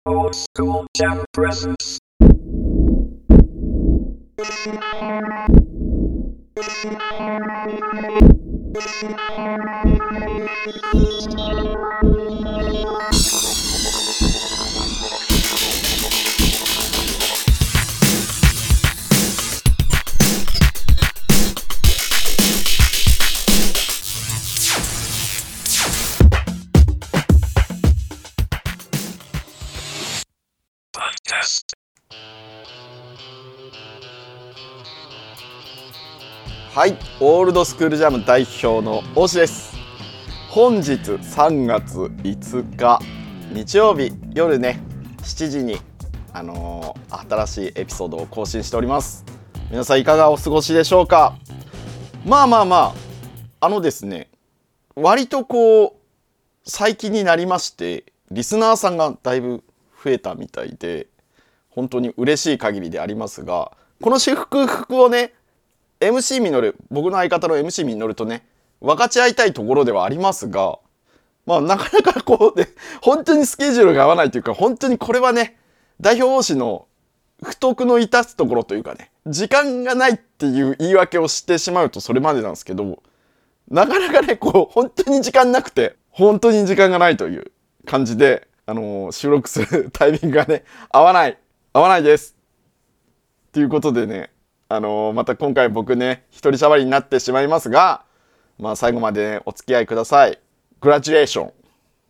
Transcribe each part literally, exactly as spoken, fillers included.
Old School Jam Presents. はい、オールドスクールジャム代表の大志です。本日さんがついつか日曜日夜ねしちじに、あのー、新しいエピソードを更新しております。皆さんいかがお過ごしでしょうか。まあまあまああのですね割とこう最近になりましてリスナーさんがだいぶ増えたみたいで本当に嬉しい限りでありますが、この祝福をねエムシー ミノル、僕の相方の エムシー ミノルとね分かち合いたいところではありますが、まあなかなかこうね本当にスケジュールが合わないというか、本当にこれはね代表王子の不徳の致すところというかね、時間がないっていう言い訳をしてしまうとそれまでなんですけど、なかなかねこう本当に時間なくて本当に時間がないという感じで、あのー、収録するタイミングがね合わない合わないですということでね、あのー、また今回僕ね一人しゃべりになってしまいますが、まあ最後まで、ね、お付き合いください。グラジュエーション。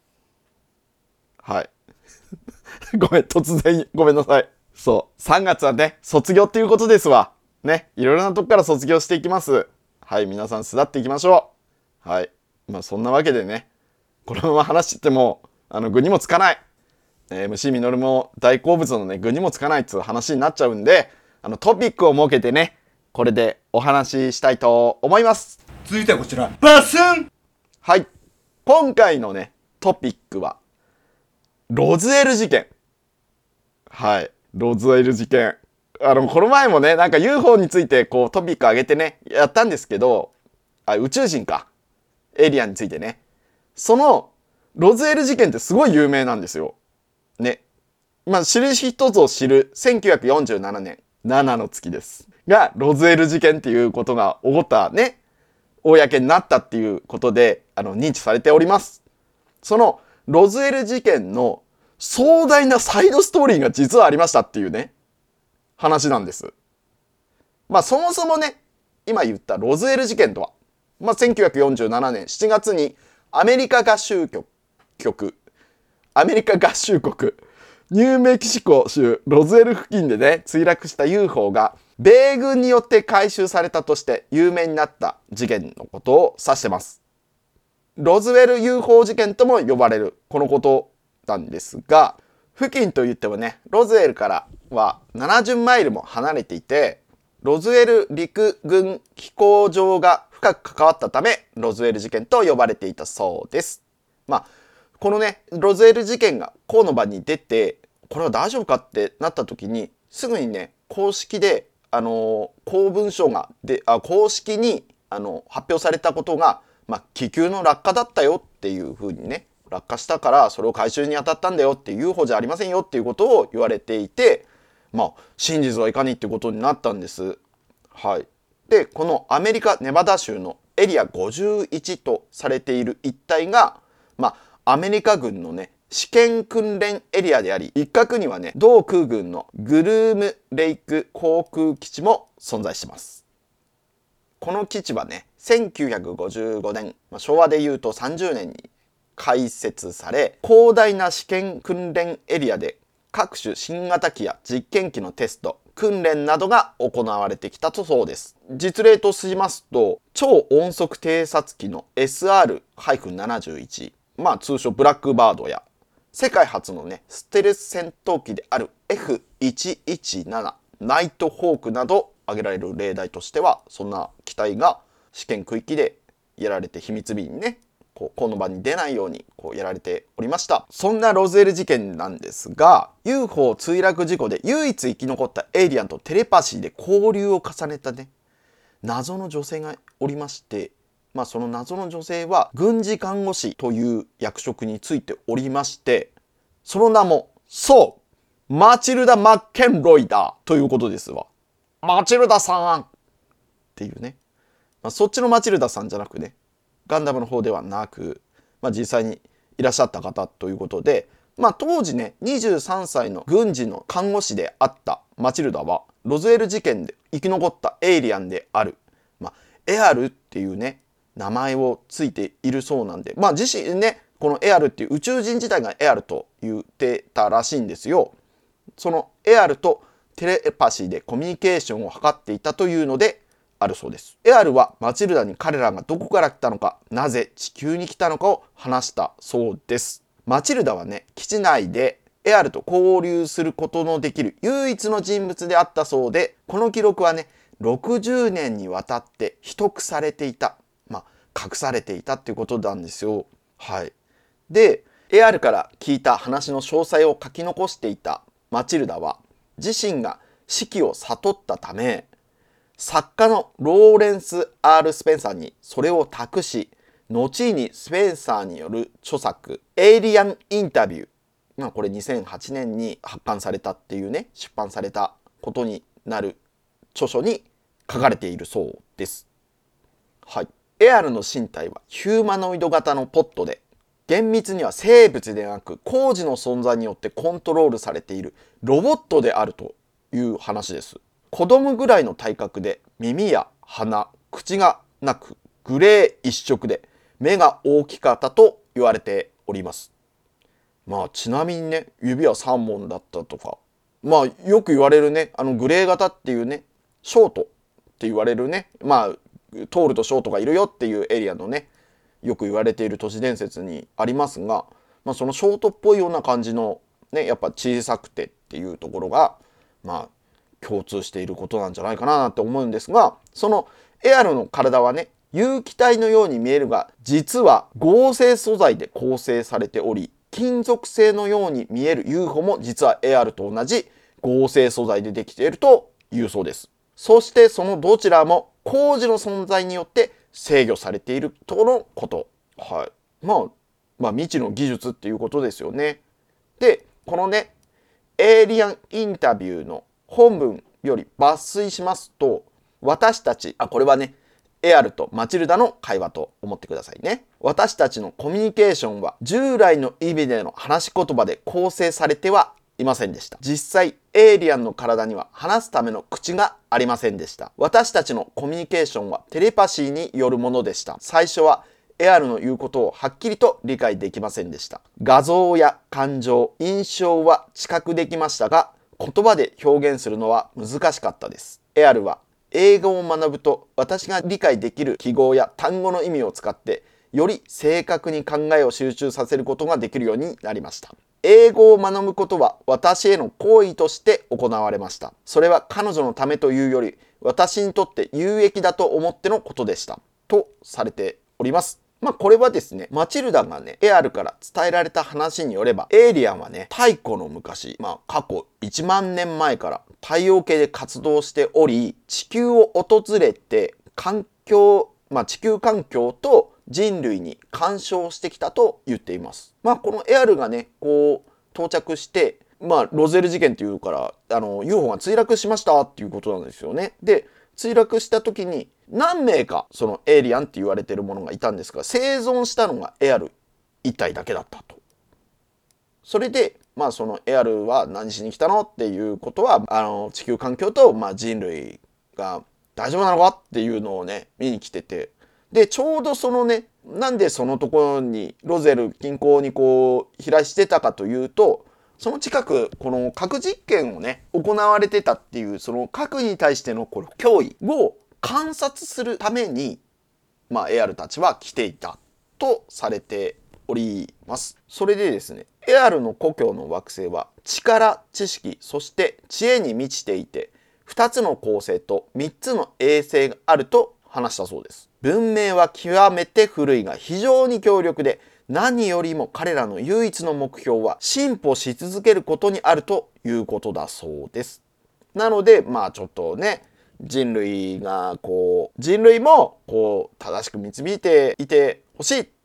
はいごめん突然ごめんなさい。そうさんがつはね卒業っていうことですわね。いろいろなとこから卒業していきます。はい、皆さん巣立っていきましょう。はい、まあそんなわけでね、このまま話しててもあの具にもつかない、エムシー ミノルも大好物のね具にもつかないっつう話になっちゃうんで、あのトピックを設けてねこれでお話ししたいと思います。 続いてはこちらバスン。 はい、今回のねトピックはロズウェル事件。はい、ロズウェル事件、あのこの前もねなんか ユーフォー についてこうトピック上げてねやったんですけど、あ宇宙人かエイリアンについてね、そのロズウェル事件ってすごい有名なんですよね。まあ知る人ぞ知るせんきゅうひゃくよんじゅうななねんななの月ですが、ロズウェル事件っていうことが起こったね、公になったっていうことであの認知されております。そのロズウェル事件の壮大なサイドストーリーが実はありましたっていうね話なんです。まあそもそもね今言ったロズウェル事件とは、まあ、せんきゅうひゃくよんじゅうななねんしちがつにアメリカ合衆局アメリカ合衆国ニューメキシコ州ロズウェル付近でね墜落した ユーフォー が米軍によって回収されたとして有名になった事件のことを指してます。ロズウェル ユーフォー 事件とも呼ばれるこのことなんですが、付近といってもねロズウェルからはななじゅうマイルも離れていて、ロズウェル陸軍飛行場が深く関わったためロズウェル事件と呼ばれていたそうです。まあこのねロズウェル事件が公の場に出てこれは大丈夫かってなった時にすぐにね公式であの公文書がであ公式にあの発表されたことが、まあ、気球の落下だったよっていう風にね、落下したからそれを回収に当たったんだよって ユーフォー じゃありませんよっていうことを言われていて、まあ真実はいかにってことになったんです。はい。でこのアメリカネバダ州のエリアごじゅういちとされている一帯がまあアメリカ軍のね試験訓練エリアであり、一角にはね同空軍のグルームレイク航空基地も存在してます。この基地はねせんきゅうひゃくごじゅうごねん、まあ、昭和でいうとさんじゅうねんに開設され、広大な試験訓練エリアで各種新型機や実験機のテスト訓練などが行われてきたとそうです。実例としますと超音速偵察機の エスアールななじゅういち、 まあ通称ブラックバードや世界初のねステルス戦闘機である エフいちいちなな ナイトホークなど挙げられる例題としては、そんな機体が試験区域でやられて秘密裏にねこうこの場に出ないようにこうやられておりました。そんなロズウェル事件なんですが、 ユーフォー 墜落事故で唯一生き残ったエイリアンとテレパシーで交流を重ねたね謎の女性がおりまして、まあその謎の女性は軍事看護師という役職についておりまして、その名もそうマチルダ・マッケンロイだということですわ。マチルダさんっていうね、まあ、そっちのマチルダさんじゃなくね、ガンダムの方ではなく、まあ、実際にいらっしゃった方ということで、まあ、当時ねにじゅうさんさいの軍事の看護師であったマチルダはロズウェル事件で生き残ったエイリアンである、まあ、エアルっていうね名前をついているそうなんで、まあ、自身ねこのエアルっていう宇宙人自体がエアルと言ってたらしいんですよ。そのエアルとテレパシーでコミュニケーションを図っていたというのであるそうです。エアルはマチルダに彼らがどこから来たのか、なぜ地球に来たのかを話したそうです。マチルダはね基地内でエアルと交流することのできる唯一の人物であったそうで、この記録はねろくじゅうねんにわたって秘匿されていた、まあ隠されていたっていうことなんですよ。はい。でエアルから聞いた話の詳細を書き残していたマチルダは自身が死期を悟ったため、作家のローレンス・アール・スペンサーにそれを託し、後にスペンサーによる著作「エイリアン・インタビュー」、まあ、これにせんはちねんに発刊されたっていうね、出版されたことになる著書に書かれているそうです。はい。エアルの身体はヒューマノイド型のポットで、厳密には生物でなく工事の存在によってコントロールされているロボットであるという話です。子供ぐらいの体格で耳や鼻、口がなくグレー一色で目が大きかったと言われております。まあちなみにね指はさんぼんだったとか、まあよく言われるねあのグレー型っていうねショートって言われるね、まあトールとショートがいるよっていうエリアのねよく言われている都市伝説にありますが、まあ、そのショートっぽいような感じのねやっぱ小さくてっていうところがまあ共通していることなんじゃないかなって思うんですが、そのエアルの体はね有機体のように見えるが実は合成素材で構成されており、金属製のように見える ユーフォー も実はエアルと同じ合成素材でできているというそうです。そしてそのどちらも工事の存在によって制御されているとのこと。はい。まあ、まあ未知の技術っていうことですよね。で、このね、エイリアンインタビューの本文より抜粋しますと、私たち、あ、これはね、エアルとマチルダの会話と思ってくださいね。私たちのコミュニケーションは従来の意味での話し言葉で構成されてはいませんでした。実際、エイリアンの体には話すための口がありませんでした。私たちのコミュニケーションはテレパシーによるものでした。最初はエアルの言うことをはっきりと理解できませんでした。画像や感情、印象は知覚できましたが、言葉で表現するのは難しかったです。エアルは英語を学ぶと私が理解できる記号や単語の意味を使ってより正確に考えを集中させることができるようになりました。英語を学ぶことは私への行為として行われました。それは彼女のためというより私にとって有益だと思ってのことでしたとされております。まあこれはですね、マチルダがねエアルから伝えられた話によれば、エイリアンはね太古の昔、まあ過去いちまんねんまえから太陽系で活動しており、地球を訪れて環境、まあ地球環境と人類に干渉してきたと言っています。まあこのエアルがねこう到着して、まあロゼル事件っていうからあの ユーフォー が墜落しましたっていうことなんですよね。で墜落した時に何名かそのエイリアンって言われてるものがいたんですが、生存したのがエアル一体だけだったと。それでまあそのエアルは何しに来たのっていうことは、あの地球環境とまあ人類が大丈夫なのかっていうのをね見に来てて、でちょうどそのねなんでそのところにロゼル近郊にこう飛来してたかというと、その近くこの核実験をね行われてたっていう、その核に対してのこの脅威を観察するためにまあエアルたちは来ていたとされております。それでですね、エアルの故郷の惑星は力、知識、そして知恵に満ちていて、ふたつの恒星とみっつの衛星があると話したそうです。文明は極めて古いが非常に強力で、何よりも彼らの唯一の目標は進歩し続けることにあるということだそうです。なのでまあちょっとね、人類がこう人類もこう正しく導いていてほしい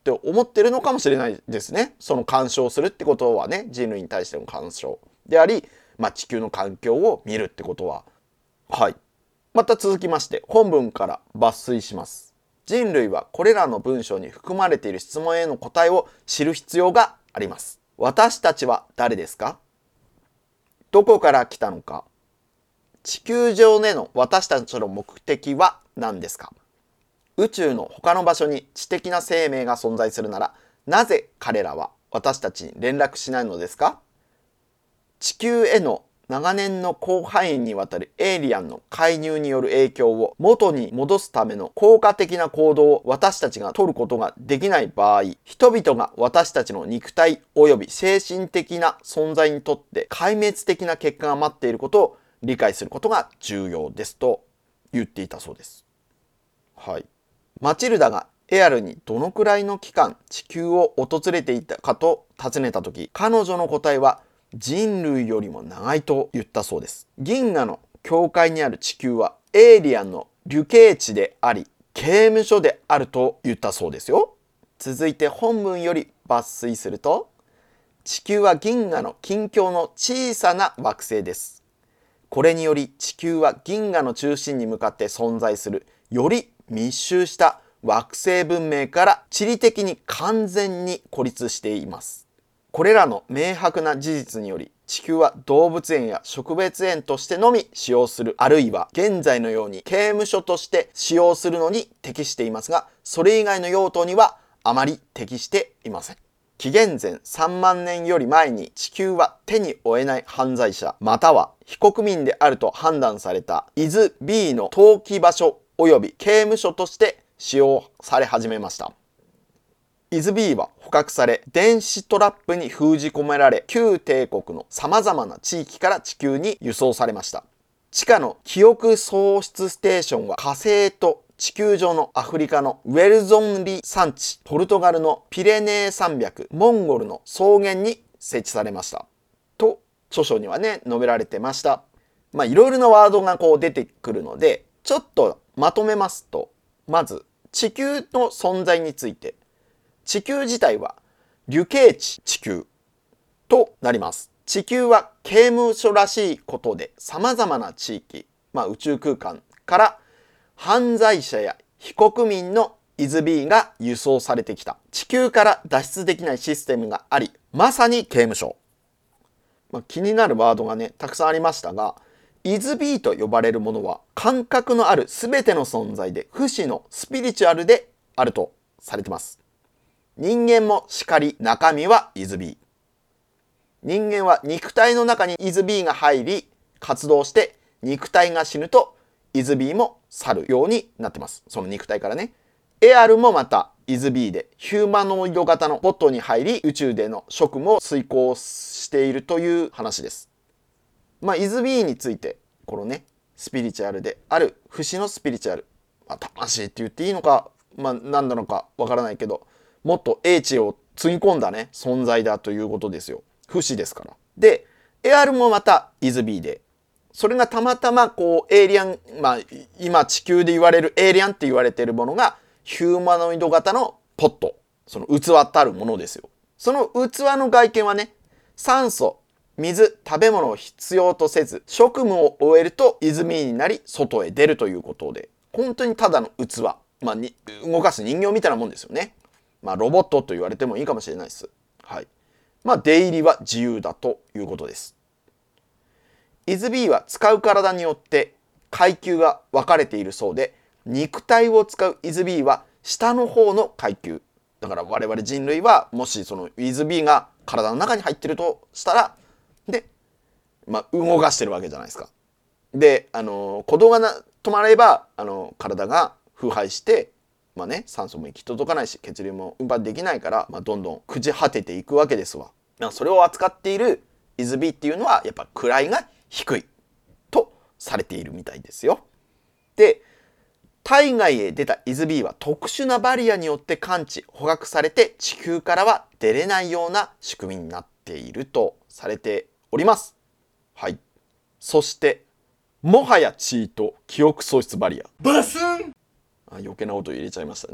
って思ってるのかもしれないですね。その干渉するってことはね、人類に対しての干渉であり、まあ、地球の環境を見るってことは。はい。また続きまして本文から抜粋します。人類はこれらの文章に含まれている質問への答えを知る必要があります。私たちは誰ですか？どこから来たのか？地球上での私たちの目的は何ですか？宇宙の他の場所に知的な生命が存在するなら、なぜ彼らは私たちに連絡しないのですか？地球への長年の広範囲にわたるエイリアンの介入による影響を元に戻すための効果的な行動を私たちが取ることができない場合、人々が私たちの肉体及び精神的な存在にとって壊滅的な結果が待っていることを理解することが重要ですと言っていたそうです。はい。マチルダがエアルにどのくらいの期間地球を訪れていたかと尋ねたとき、彼女の答えは人類よりも長いと言ったそうです。銀河の境界にある地球はエイリアンの流刑地であり、刑務所であると言ったそうですよ。続いて本文より抜粋すると、地球は銀河の近況の小さな惑星です。これにより地球は銀河の中心に向かって存在するより密集した惑星文明から地理的に完全に孤立しています。これらの明白な事実により、地球は動物園や植物園としてのみ使用する、あるいは現在のように刑務所として使用するのに適していますが、それ以外の用途にはあまり適していません。紀元前さんまんねんより前に地球は手に負えない犯罪者または非国民であると判断されたイズ ビー の投棄場所及び刑務所として使用され始めました。イズ ビー は捕獲され、電子トラップに封じ込められ、旧帝国の様々な地域から地球に輸送されました。地下の記憶喪失ステーションは火星と地球上のアフリカのウェルゾンリ山地、ポルトガルのピレネー山脈、モンゴルの草原に設置されました。と、著書にはね、述べられてました。まあ、いろいろなワードがこう出てくるので、ちょっとまとめますと、まず、地球の存在について、地球自体は流刑地地球となります。地球は刑務所らしいことで様々な地域、まあ、宇宙空間から犯罪者や非国民のイズ ビー が輸送されてきた。地球から脱出できないシステムがあり、まさに刑務所。まあ、気になるワードがね、たくさんありましたが、イズ ビー と呼ばれるものは感覚のある全ての存在で不死のスピリチュアルであるとされています。人間もしかり中身はイズ ビー。人間は肉体の中にイズ ビー が入り活動して肉体が死ぬとイズ ビー も去るようになってます。その肉体からね。エアルもまたイズ ビー でヒューマノイド型のボットに入り宇宙での職務を遂行しているという話です。まあイズ ビー についてこのねスピリチュアルである不死のスピリチュアル、まあ、魂って言っていいのかまあ何なのかわからないけどもっと英知をつぎ込んだね存在だということですよ。不死ですから。でエアルもまたイズ ビー でそれがたまたまこうエイリアンまあ今地球で言われるエイリアンって言われているものがヒューマノイド型のポット、その器たるものですよ。その器の外見はね酸素水食べ物を必要とせず職務を終えるとイズ ビー になり外へ出るということで本当にただの器、まあ、に動かす人形みたいなもんですよね。まあロボットと言われてもいいかもしれないです。はい。まあ出入りは自由だということです。イズ ビー は使う体によって階級が分かれているそうで、肉体を使うイズ ビー は下の方の階級。だから我々人類はもしそのイズ ビー が体の中に入ってるとしたら、で、まあ動かしてるわけじゃないですか。で、あの鼓動がな止まればあの体が腐敗して。まあね、酸素も行き届かないし血流も運搬できないから、まあ、どんどん朽ち果てていくわけですわ。まあ、それを扱っているイズ ビー っていうのはやっぱ位が低いとされているみたいですよ。で体外へ出たイズ ビー は特殊なバリアによって感知捕獲されて地球からは出れないような仕組みになっているとされております。はい。そしてもはやチート記憶喪失バリアバスン余計なこと入れちゃいましたね。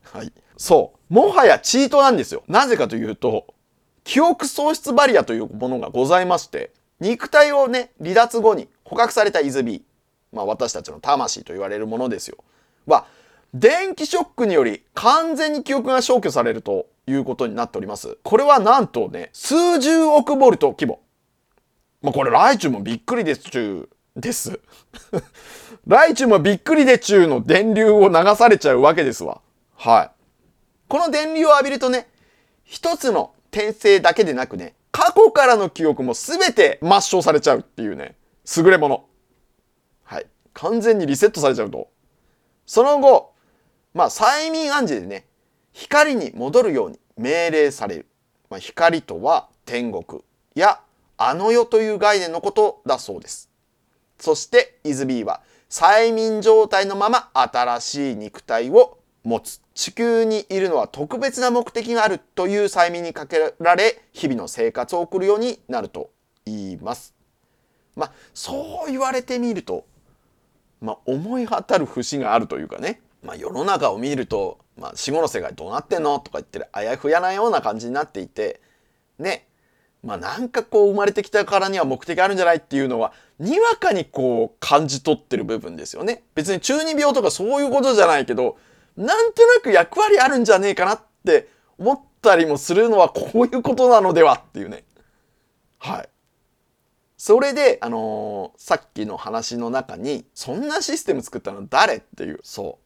はい。そう。もはやチートなんですよ。なぜかというと、記憶喪失バリアというものがございまして、肉体をね、離脱後に捕獲されたイズビー、まあ私たちの魂と言われるものですよ。は、電気ショックにより完全に記憶が消去されるということになっております。これはなんとね、数十億ボルト規模。まあこれライチュウもびっくりですちゅうです。ライチュウもびっくりでちゅうの電流を流されちゃうわけですわ。はい。この電流を浴びるとね、一つの転生だけでなくね、過去からの記憶も全て抹消されちゃうっていうね、優れもの。はい。完全にリセットされちゃうと。その後、まあ催眠暗示でね、光に戻るように命令される。まあ、光とは天国やあの世という概念のことだそうです。そしてイズビーは催眠状態のまま新しい肉体を持つ。地球にいるのは特別な目的があるという催眠にかけられ、日々の生活を送るようになると言います。まあそう言われてみると、まあ思い当たる節があるというかね。まあ世の中を見ると、まあ死後の世界どうなってんのとか言ってるあやふやなような感じになっていて、ね。まあなんかこう生まれてきたからには目的あるんじゃないっていうのは、にわかにこう感じ取ってる部分ですよね。別に中二病とかそういうことじゃないけど、なんとなく役割あるんじゃねえかなって思ったりもするのはこういうことなのではっていうね。はい。それで、あのー、さっきの話の中に、そんなシステム作ったの誰っていう、そう。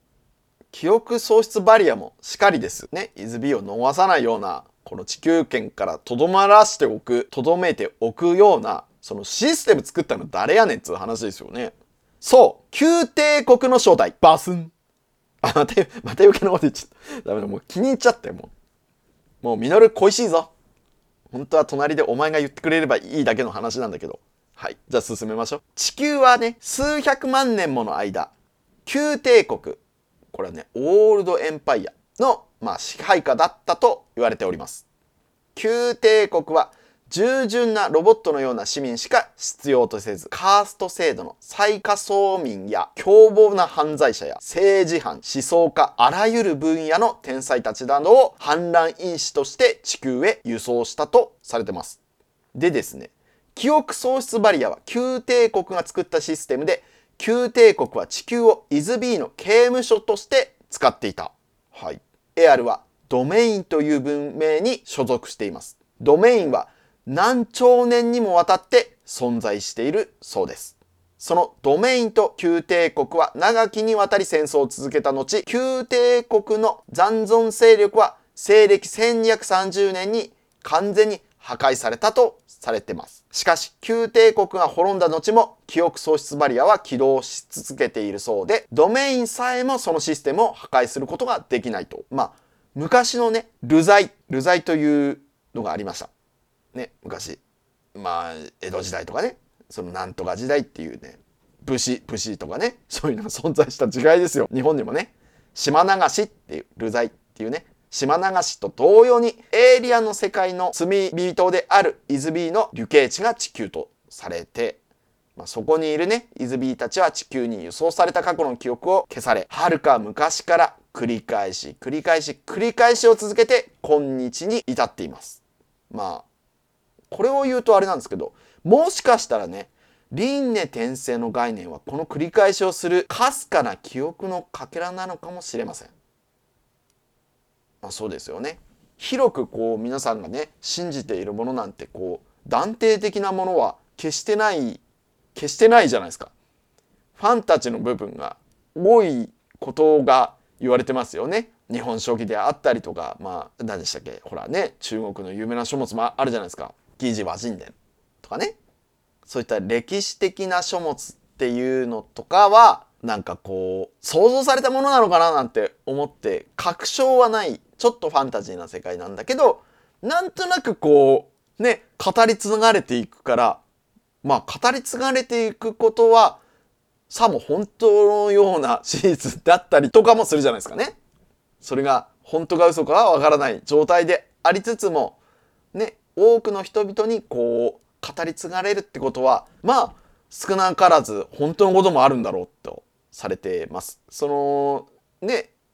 記憶喪失バリアもしかりです。ね。イズビーを逃さないような、この地球圏からとどまらしておく、とどめておくような、そのシステム作ったの誰やねんっつう話ですよね。そう。旧帝国の正体。バスン。あ、また、また余計なこと言っちゃった。ダメだ、もう気に入っちゃったよ、もう。もう、ミノル恋しいぞ。本当は隣でお前が言ってくれればいいだけの話なんだけど。はい。じゃあ進めましょう。地球はね、数百万年もの間、旧帝国、これはね、オールドエンパイアの、まあ、支配下だったと言われております。旧帝国は、従順なロボットのような市民しか必要とせず、カースト制度の最下層民や凶暴な犯罪者や政治犯、思想家、あらゆる分野の天才たちなどを反乱因子として地球へ輸送したとされてます。でですね、記憶喪失バリアは旧帝国が作ったシステムで、旧帝国は地球をイズビーの刑務所として使っていた。はい。エアルはドメインという文明に所属しています。ドメインは何兆年にもわたって存在しているそうです。そのドメインと旧帝国は長きにわたり戦争を続けた後、旧帝国の残存勢力は西暦せんにひゃくさんじゅうねんに完全に破壊されたとされています。しかし、旧帝国が滅んだ後も記憶喪失バリアは起動し続けているそうで、ドメインさえもそのシステムを破壊することができないと。まあ、昔のね、流罪、流罪というのがありました。ね、昔。まあ、江戸時代とかね、そのなんとか時代っていうね、武士、武士とかね、そういうのが存在した時代ですよ。日本にもね、島流しっていう、流罪っていうね、島流しと同様にエイリアンの世界の罪人であるイズビーの流刑地が地球とされて、まあ、そこにいるね、イズビーたちは地球に輸送された過去の記憶を消され、はるか昔から繰り返し繰り返し繰り返しを続けて今日に至っています。まあ、これを言うとあれなんですけど、もしかしたらね、輪廻転生の概念はこの繰り返しをするかすかな記憶のかけらなのかもしれません。まあそうですよね。広くこう皆さんがね信じているものなんてこう断定的なものは決してない決してないじゃないですか。ファンタジーの部分が多いことが言われてますよね。日本書紀であったりとか、まあ何でしたっけ、ほらね、中国の有名な書物もあるじゃないですか。疑似和人伝とかね。そういった歴史的な書物っていうのとかはなんかこう想像されたものなのかななんて思って確証はないちょっとファンタジーな世界なんだけど、なんとなくこうね語り継がれていくから、まあ語り継がれていくことはさも本当のような史実だったりとかもするじゃないですかね。それが本当か嘘かはわからない状態でありつつもね、多くの人々にこう語り継がれるってことはまあ少なからず本当のこともあるんだろうとされてます。そのね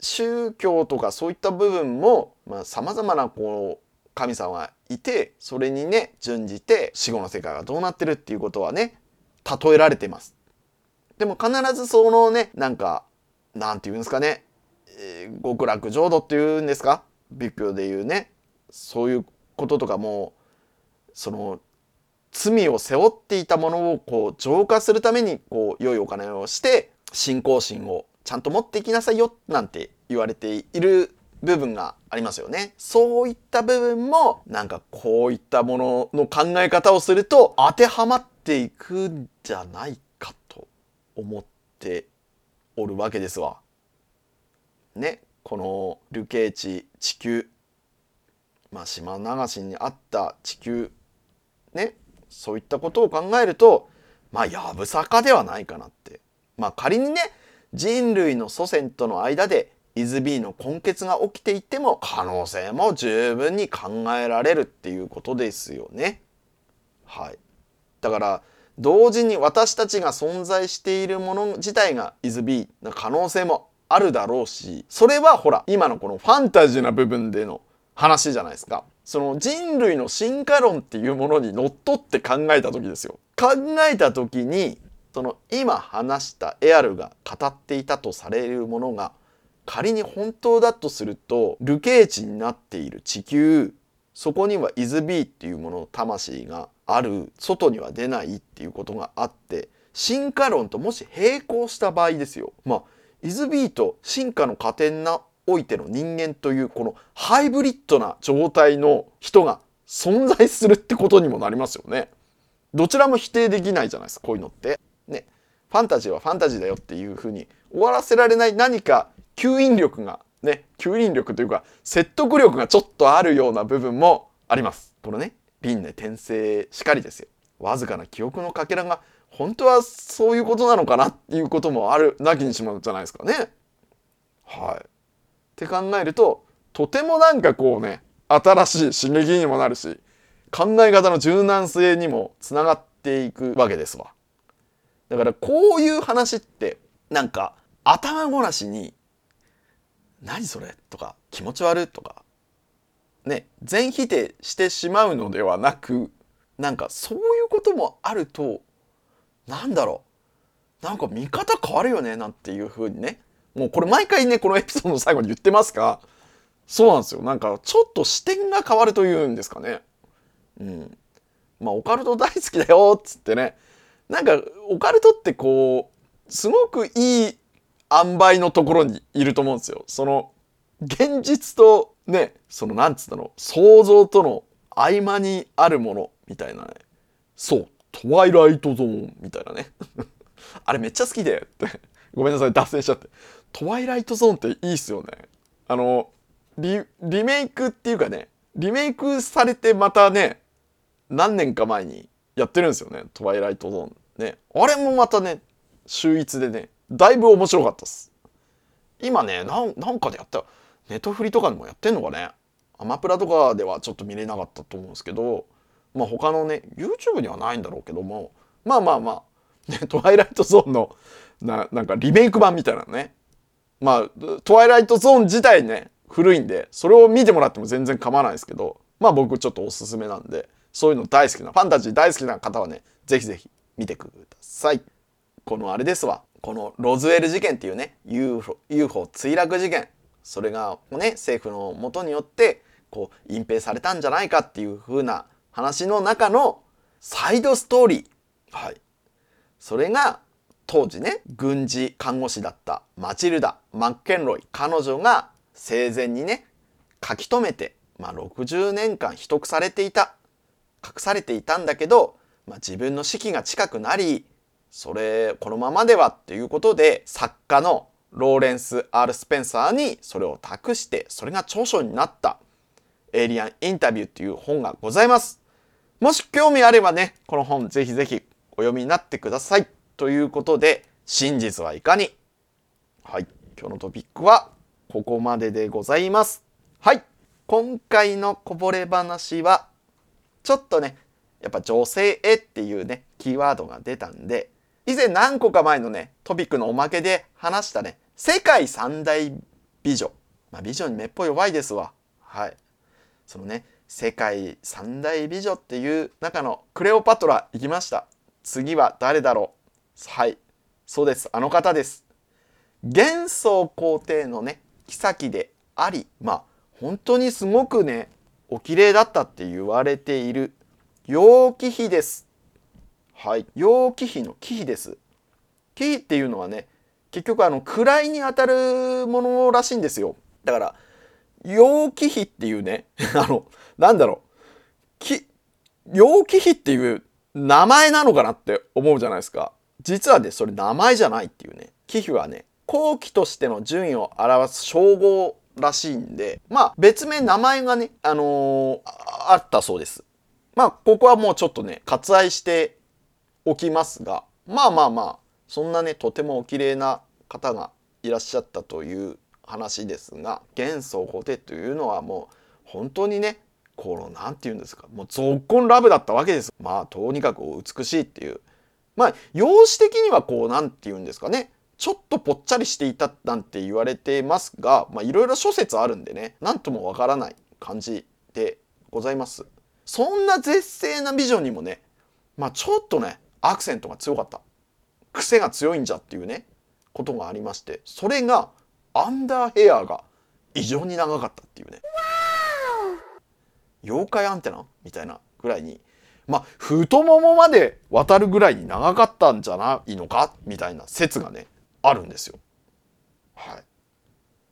宗教とかそういった部分もさまざ、まなこう神様がいて、それにね準じて死後の世界がどうなってるっていうことはね例えられてます。でも必ずそのねなんかなんていうんですかね、えー、極楽浄土っていうんですか、仏教でいうね、そういうこととかもその罪を背負っていたものをこう浄化するためにこう良いお金をして信仰心をちゃんと持っていきなさいよなんて言われている部分がありますよね。そういった部分もなんかこういったものの考え方をすると当てはまっていくんじゃないかと思っておるわけですわ。ね、この流刑地地球、まあ島流しにあった地球ね、そういったことを考えるとまあやぶさかではないかなって。まあ仮にね人類の祖先との間でイズビーの根血が起きていても可能性も十分に考えられるっていうことですよね。はい。だから同時に私たちが存在しているもの自体がイズビーな可能性もあるだろうし、それはほら今のこのファンタジーな部分での話じゃないですか。その人類の進化論っていうものにのっとって考えた時ですよ。考えた時にその今話したエアルが語っていたとされるものが仮に本当だとすると、流刑地になっている地球、そこにはイズビーっていうものの魂がある、外には出ないっていうことがあって、進化論ともし並行した場合ですよ、まあイズビーと進化の過程においての人間というこのハイブリッドな状態の人が存在するってことにもなりますよね。どちらも否定できないじゃないですか、こういうのってね。ファンタジーはファンタジーだよっていうふうに終わらせられない何か吸引力がね、吸引力というか説得力がちょっとあるような部分もあります。このね、輪廻転生しかりですよ。わずかな記憶のかけらが本当はそういうことなのかなっていうこともあるなきにしもじゃないですかね。はい。って考えるととてもなんかこうね、新しい刺激にもなるし、考え方の柔軟性にもつながっていくわけですわ。だからこういう話ってなんか頭ごなしに何それとか気持ち悪いとかね、全否定してしまうのではなく、なんかそういうこともあるとなんだろう、なんか見方変わるよねなんていう風にね、もうこれ毎回ねこのエピソードの最後に言ってますが、そうなんですよ。なんかちょっと視点が変わるというんですかね。うん。まあオカルト大好きだよっつってね、なんかオカルトってこうすごくいい塩梅のところにいると思うんですよ。その現実とね、そのなんつったの、想像との合間にあるものみたいなね。そう、トワイライトゾーンみたいなね。あれめっちゃ好きでってごめんなさい脱線しちゃって。トワイライトゾーンっていいっすよね。あのリリメイクっていうかね、リメイクされてまたね何年か前にやってるんですよね、トワイライトゾーンね。あれもまたね秀逸でね、だいぶ面白かったっす。今ね、なんなんかでやった、ネトフリとかでもやってんのかね。アマプラとかではちょっと見れなかったと思うんですけど、まあ他のね YouTube にはないんだろうけども、まあまあまあ、ね、トワイライトゾーンのななんかリメイク版みたいなね、まあトワイライトゾーン自体ね古いんで、それを見てもらっても全然構わないですけど、まあ僕ちょっとおすすめなんで、そういうの大好きなファンタジー大好きな方はねぜひぜひ見てください。このあれですわ、このロズウェル事件っていうね ユーフォー, ユーフォー 墜落事件、それがね政府の下によってこう隠蔽されたんじゃないかっていう風な話の中のサイドストーリー、はい、それが当時ね軍事看護師だったマチルダ・マッケンロイ、彼女が生前にね書き留めて、まあ、ろくじゅうねんかん秘匿されていた、隠されていたんだけど、まあ、自分の死期が近くなり、それこのままではっていうことで作家のローレンス・アール・スペンサーにそれを託して、それが著書になったエイリアン・インタビューっていう本がございます。もし興味あればねこの本ぜひぜひお読みになってください。ということで、真実はいかに、はい、今日のトピックはここまででございます。はい、今回のこぼれ話はちょっとねやっぱ女性へっていうねキーワードが出たんで、以前何個か前のねトピックのおまけで話したね世界三大美女。まあ美女にめっぽい弱いですわ。はい。そのね、世界三大美女っていう中のクレオパトラ行きました。次は誰だろう。はい。そうです。あの方です。元宗皇帝のね、妃であり、まあ本当にすごくね、お綺麗だったって言われている楊貴妃です。はい。楊貴妃の貴妃です。貴妃っていうのはね、結局あの位にあたるものらしいんですよ。だから楊貴妃っていうねあのなんだろうき楊貴妃っていう名前なのかなって思うじゃないですか。実はねそれ名前じゃないっていうね。貴妃はね皇妃としての順位を表す称号らしいんで、まあ別名名前がねあのー、あったそうです。まあここはもうちょっとね割愛しておきますが、まあまあまあそんなねとてもお綺麗な方がいらっしゃったという話ですが、元宗皇帝というのはもう本当にねこのなんて言うんですか、もうぞっこんラブだったわけです。まあとにかく美しいっていう、まあ容姿的にはこうなんて言うんですかね、ちょっとぽっちゃりしていたなんて言われてますが、まあいろいろ諸説あるんでね、なんともわからない感じでございます。そんな絶世な美女にもね、まあちょっとねアクセントが強かった、癖が強いんじゃっていうねことがありまして、それがアンダーヘアが異常に長かったっていうね。妖怪アンテナみたいなぐらいに、まあ太ももまで渡るぐらいに長かったんじゃないのかみたいな説がねあるんですよ。はい。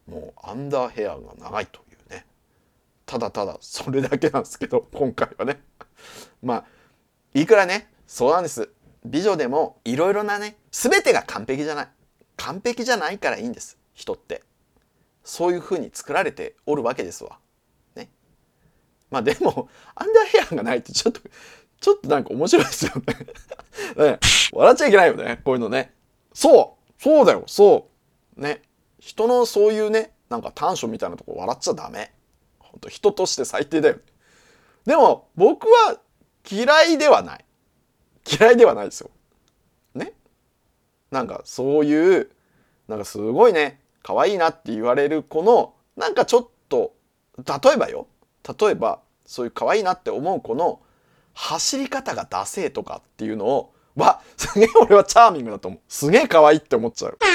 もうアンダーヘアが長いというね。ただただそれだけなんですけど、今回はねまあいくらね、そうなんです、美女でもいろいろなね、全てが完璧じゃない、完璧じゃないからいいんです。人ってそういう風に作られておるわけですわね。まあでもアンダーヘアがないってちょっとちょっとなんか面白いですよねね、笑っちゃいけないよね、こういうのね。そうそうだよ、そうね、人のそういうねなんか短所みたいなとこ笑っちゃダメ。ほんと人として最低だよ。でも僕は嫌いではない、嫌いではないですよね。なんかそういうなんかすごいね可愛いなって言われる子のなんかちょっと、例えばよ、例えばそういう可愛いなって思う子の走り方がダセーとかっていうのをわすげえ俺はチャーミングだと思う、すげえ可愛いって思っちゃう。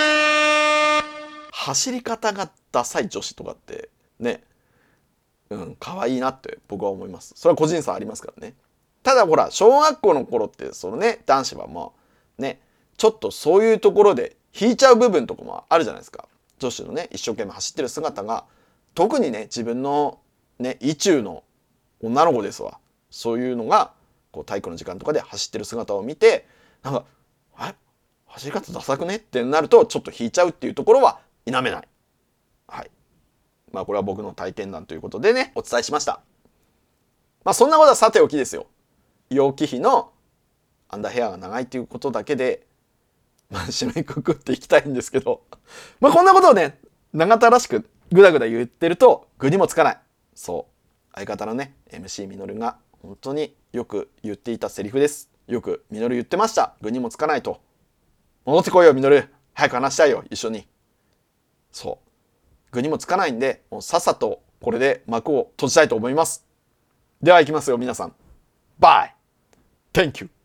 走り方がダサい女子とかってね、うん可愛いなって僕は思います。それは個人差ありますからね。ただほら小学校の頃ってそのね男子はまあねちょっとそういうところで引いちゃう部分とかもあるじゃないですか。女子のね一生懸命走ってる姿が、特にね自分のね意中の女の子ですわ、そういうのがこう体育の時間とかで走ってる姿を見てなんかあれ走り方ダサくねってなるとちょっと引いちゃうっていうところは否めない。はい。まあこれは僕の体験談ということでねお伝えしました。まあそんなことはさておきですよ。楊貴妃のアンダーヘアが長いっていうことだけで、まあ、締めくくっていきたいんですけどまあこんなことをね永田らしくグダグダ言ってると具にもつかない。そう相方のね エムシー みのるが本当によく言っていたセリフです。よくみのる言ってました。具にもつかないと。戻ってこいよみのる、早く話したいよ一緒に。そう具にもつかないんでもうさっさとこれで幕を閉じたいと思います。では行きますよ皆さん。バイ Thank you。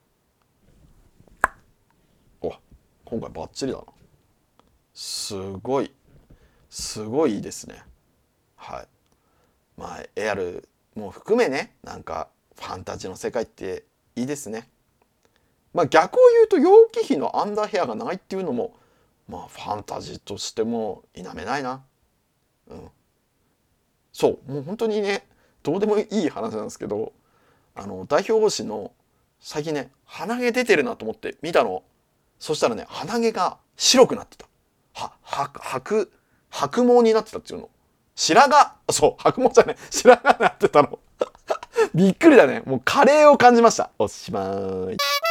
お今回バッチリだな。すごいすごいいいですね。はい。まあエアルも含めねなんかファンタジーの世界っていいですね。まあ逆を言うと楊貴妃のアンダーヘアが長いっていうのもまあファンタジーとしても否めないな。うん。そうもう本当にねどうでもいい話なんですけど、あの代表推しの最近ね鼻毛出てるなと思って見たの。そしたらね鼻毛が白くなってた。はは白白毛になってたっていうの。白髪、そう白毛じゃない白髪になってたのびっくりだね。もうカレーを感じました。おしまーい。